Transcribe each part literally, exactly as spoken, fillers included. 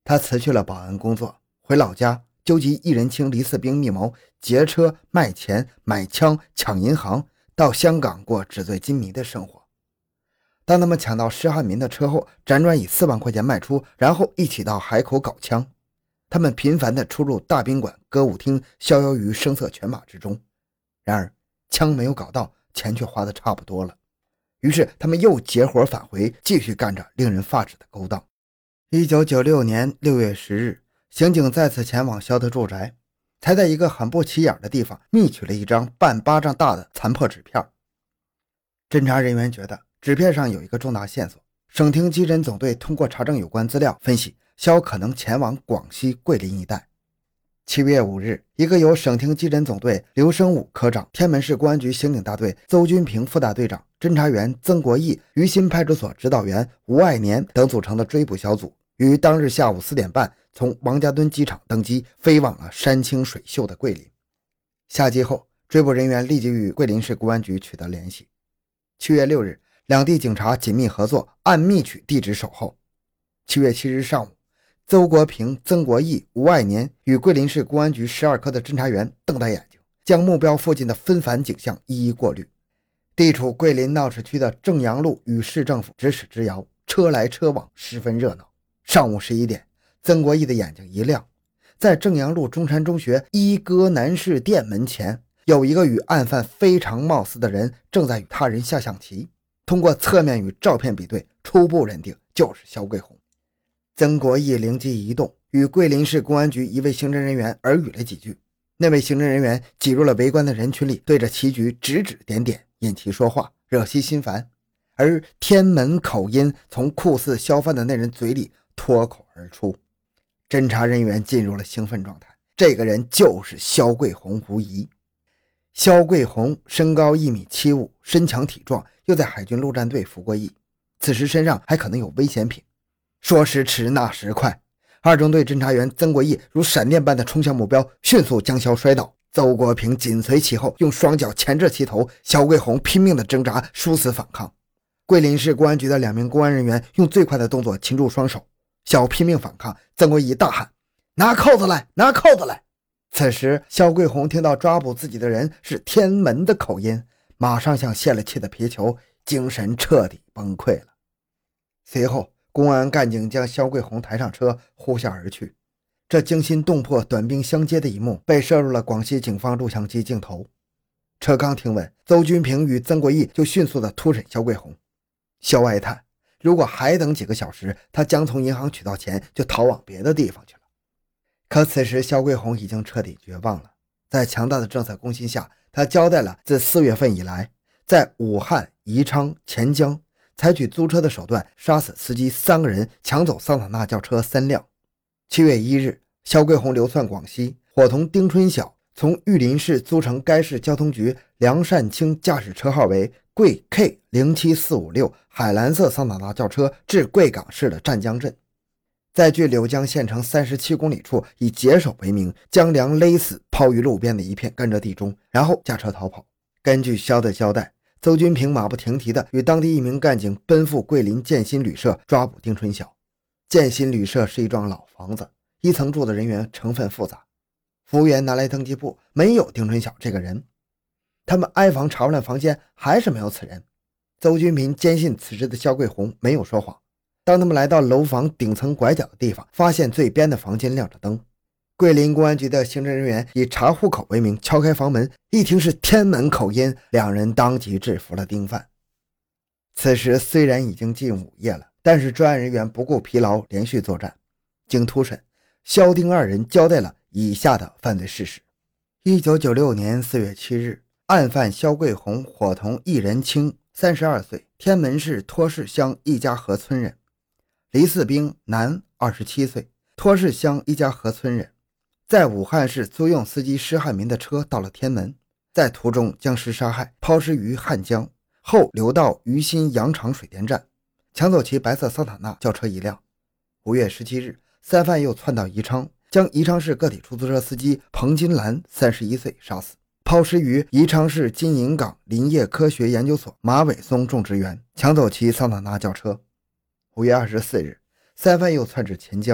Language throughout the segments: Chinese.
他辞去了保安工作，回老家纠集易仁清、黎四兵密谋劫车、卖钱、买枪、抢银行，到香港过纸醉金迷的生活。当他们抢到施汉民的车后，辗转以四万块钱卖出，然后一起到海口搞枪。他们频繁地出入大宾馆、歌舞厅，逍遥于声色犬马之中。然而枪没有搞到，钱却花得差不多了。于是他们又结伙返回，继续干着令人发指的勾当。一九九六年六月十日，刑警再次前往肖的住宅，才在一个很不起眼的地方密取了一张半巴掌大的残破纸片。侦查人员觉得纸片上有一个重大线索，省厅基侦总队通过查证有关资料分析，肖可能前往广西桂林一带。七月五日，一个由省厅基侦总队刘生武科长、天门市公安局刑警大队邹军平副大队长、侦查员曾国义、于新派出所指导员吴爱年等组成的追捕小组，于当日下午四点半从王家墩机场登机，飞往了山清水秀的桂林。下机后，追捕人员立即与桂林市公安局取得联系。七月六日，两地警察紧密合作，按密取地址守候。七月七日上午，邹国平、曾国义、吴爱年与桂林市公安局十二科的侦查员瞪大眼睛，将目标附近的纷繁景象一一过滤。地处桂林闹市区的正阳路与市政府咫尺之遥，车来车往，十分热闹。上午十一点，曾国义的眼睛一亮，在正阳路中山中学一哥南市店门前，有一个与案犯非常貌似的人正在与他人下象棋。通过侧面与照片比对，初步认定就是肖桂红。曾国义灵机一动，与桂林市公安局一位刑侦人员耳语了几句。那位刑侦人员挤入了围观的人群里，对着棋局指指点点，引其说话，惹其心烦。而天门口音从酷似肖犯的那人嘴里脱口而出。侦查人员进入了兴奋状态，这个人就是肖桂红无疑。肖桂红身高一米七五，身强体壮，又在海军陆战队服过役，此时身上还可能有危险品。说时迟，那时快，二中队侦查员曾国义如闪电般的冲向目标，迅速将肖摔倒。邹国平紧随其后，用双脚钳制其头。肖桂红拼命的挣扎，殊死反抗。桂林市公安局的两名公安人员用最快的动作擒住双手，肖拼命反抗。曾国义大喊：“拿扣子来，拿扣子来！”此时肖桂红听到抓捕自己的人是天门的口音，马上像泄了气的皮球，精神彻底崩溃了。随后公安干警将肖桂红抬上车，呼啸而去。这惊心动魄、短兵相接的一幕被摄入了广西警方录像机镜头。车刚停稳，邹军平与曾国义就迅速地突审肖桂红。肖哀叹，如果还等几个小时，他将从银行取到钱，就逃往别的地方去了。可此时肖桂红已经彻底绝望了。在强大的政策攻心下，他交代了自四月份以来，在武汉、宜昌、钱江采取租车的手段杀死司机三个人，抢走桑塔纳轿车三辆。七月一日，肖桂红流窜广西，伙同丁春晓从玉林市租乘该市交通局梁善清驾驶车号为贵 K 零七四五六海蓝色桑塔纳轿车至贵港市的湛江镇，在距柳江县城三十七公里处，以解手为名将梁勒死，抛于路边的一片甘蔗地中，然后驾车逃跑。根据肖的交代，邹军平马不停蹄地与当地一名干警奔赴桂林建新旅社抓捕丁春晓。建新旅社是一幢老房子，一层住的人员成分复杂。服务员拿来登记簿，没有丁春晓这个人。他们挨房查问了房间，还是没有此人。邹军平坚信此时的肖桂红没有说谎。当他们来到楼房顶层拐角的地方，发现最边的房间亮着灯。桂林公安局的刑侦人员以查户口为名敲开房门，一听是天门口音，两人当即制服了丁犯。此时虽然已经近午夜了，但是专案人员不顾疲劳，连续作战。经突审，肖丁二人交代了以下的犯罪事实。一九九六年四月七日，案犯肖桂红伙同易仁清，三十二岁，天门市托市乡一家河村人；黎四兵，男，二十七岁，托市乡一家河村人。在武汉市租用司机施汉民的车到了天门，在途中将尸杀害，抛尸于汉江，后流到于新羊场水电站，抢走其白色桑塔纳轿车一辆。五月十七日，三犯又窜到宜昌，将宜昌市个体出租车司机彭金兰三十一岁杀死，抛尸于宜昌市金银港林业科学研究所马尾松种植园，抢走其桑塔纳轿车。五月二十四日，三犯又窜至钱江，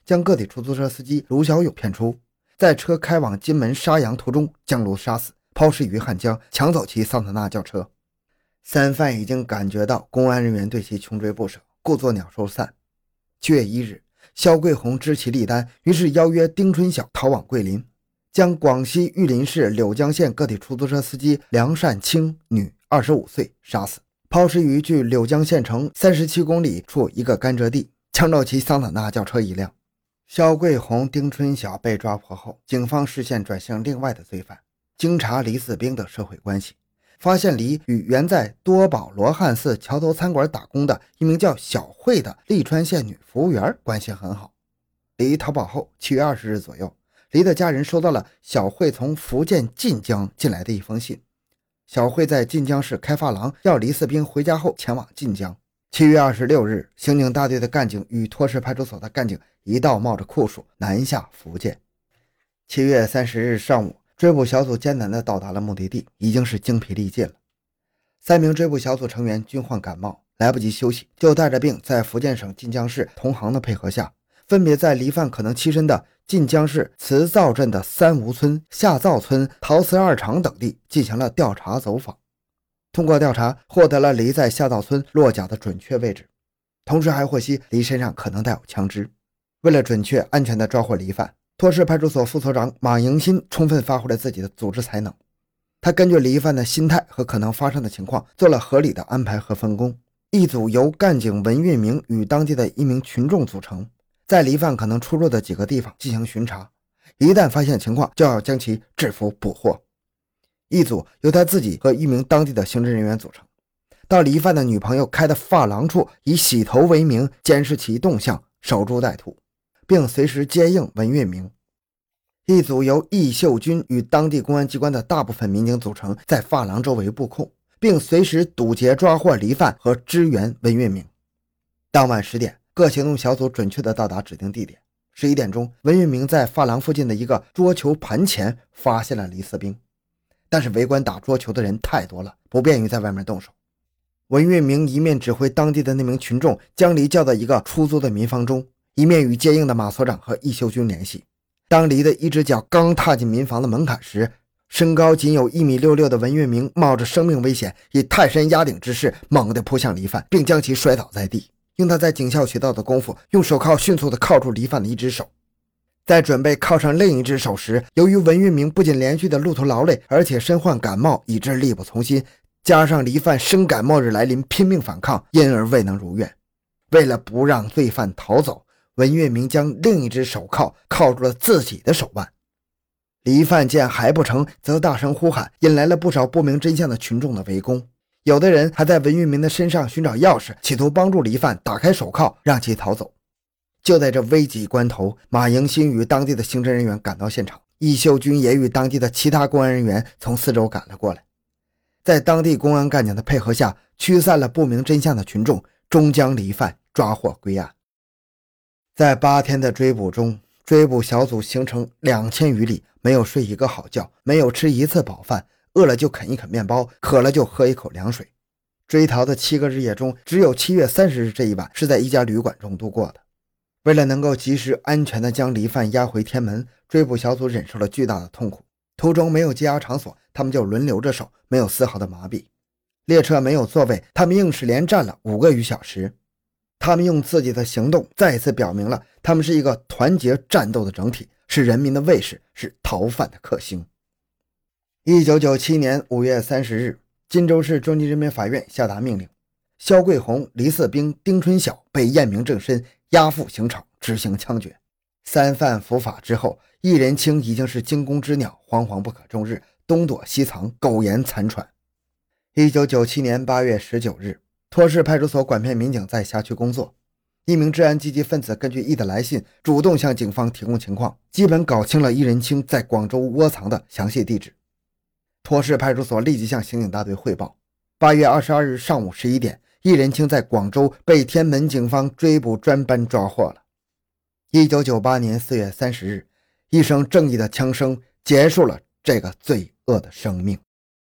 将个体出租车司机卢小友骗出，在车开往金门沙洋途中将卢杀死，抛尸于汉江，抢走其桑塔纳轿车。三犯已经感觉到公安人员对其穷追不舍，故作鸟兽散。七月一日，肖桂红知其利单，于是邀约丁春晓逃往桂林，将广西玉林市柳江县个体出租车司机梁善清女二十五岁杀死，抛尸于距柳江县城三十七公里处一个甘蔗地，抢走其桑塔纳轿车一辆。肖桂红、丁春晓被抓获后，警方视线转向另外的罪犯，经查李四兵的社会关系，发现李与原在多宝罗汉寺桥头餐馆打工的一名叫小慧的利川县女服务员关系很好。李逃跑后七月二十日左右，李的家人收到了小慧从福建晋江进来的一封信。小慧在晋江市开发廊要李四兵回家后前往晋江。七月二十六日，刑警大队的干警与托市派出所的干警一道冒着酷暑南下福建。七月三十日上午，追捕小组艰难地到达了目的地，已经是精疲力尽了。三名追捕小组成员均患感冒，来不及休息，就带着病在福建省晋江市同行的配合下，分别在离犯可能栖身的晋江市慈灶镇的三吴村、下灶村、陶瓷二厂等地进行了调查走访。通过调查，获得了黎在下灶村落脚的准确位置，同时还获悉黎身上可能带有枪支。为了准确安全地抓获黎犯，托市派出所副所长马迎新充分发挥了自己的组织才能。他根据黎犯的心态和可能发生的情况，做了合理的安排和分工。一组由干警文运明与当地的一名群众组成，在黎犯可能出入的几个地方进行巡查，一旦发现情况，就要将其制服捕获。一组由他自己和一名当地的刑侦人员组成，到黎犯的女朋友开的发廊处，以洗头为名监视其动向，守株待兔，并随时接应文运明。一组由易秀军与当地公安机关的大部分民警组成，在发廊周围布控，并随时堵截抓获黎犯和支援文运明。当晚十点，各行动小组准确地到达指定地点。十一点钟，文运明在发廊附近的一个桌球盘前发现了黎四兵，但是围观打桌球的人太多了，不便于在外面动手。文运明一面指挥当地的那名群众将黎叫到一个出租的民房中，一面与接应的马所长和易秀军联系。当黎的一只脚刚踏进民房的门槛时，身高仅有一米六六的文运明冒着生命危险，以泰山压顶之势猛地扑向黎犯，并将其摔倒在地。用他在警校学到的功夫，用手铐迅速地铐住黎犯的一只手。在准备铐上另一只手时，由于文运明不仅连续的路途劳累，而且身患感冒，以致力不从心，加上黎犯深感末日来临，拼命反抗，因而未能如愿。为了不让罪犯逃走，文运明将另一只手铐铐住了自己的手腕。黎犯见还不成，则大声呼喊，引来了不少不明真相的群众的围攻。有的人还在文运明的身上寻找钥匙，企图帮助黎犯打开手铐，让其逃走。就在这危急关头，马迎新与当地的刑侦人员赶到现场，易秀军也与当地的其他公安人员从四周赶了过来。在当地公安干警的配合下，驱散了不明真相的群众，终将黎犯抓获归案。在八天的追捕中，追捕小组行程两千余里，没有睡一个好觉，没有吃一次饱饭，饿了就啃一啃面包，渴了就喝一口凉水。追逃的七个日夜中，只有七月三十日这一晚是在一家旅馆中度过的。为了能够及时安全地将黎犯押回天门，追捕小组忍受了巨大的痛苦。途中没有羁押场所，他们就轮流着守，没有丝毫的麻痹。列车没有座位，他们硬是连站了五个余小时。他们用自己的行动再一次表明了他们是一个团结战斗的整体，是人民的卫士，是逃犯的克星。一九九七年五月三十日，金州市中级人民法院下达命令，肖桂红、黎四兵、丁春晓被验明正身，押赴刑场执行枪决。三犯伏法之后，易仁清已经是惊弓之鸟，惶惶不可终日，东躲西藏，苟延残喘。一九九七年八月十九日，托市派出所管片民警在辖区工作，一名治安积极分子根据易的来信，主动向警方提供情况，基本搞清了易仁清在广州窝藏的详细地址。托市派出所立即向刑警大队汇报。八月二十二日上午十一点，易仁清在广州被天门警方追捕专班抓获了。一九九八年四月三十日，一声正义的枪声结束了这个罪恶的生命。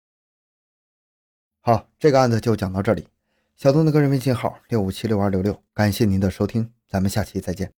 好，这个案子就讲到这里。小东的个人微信号六五七六二六六，感谢您的收听，咱们下期再见。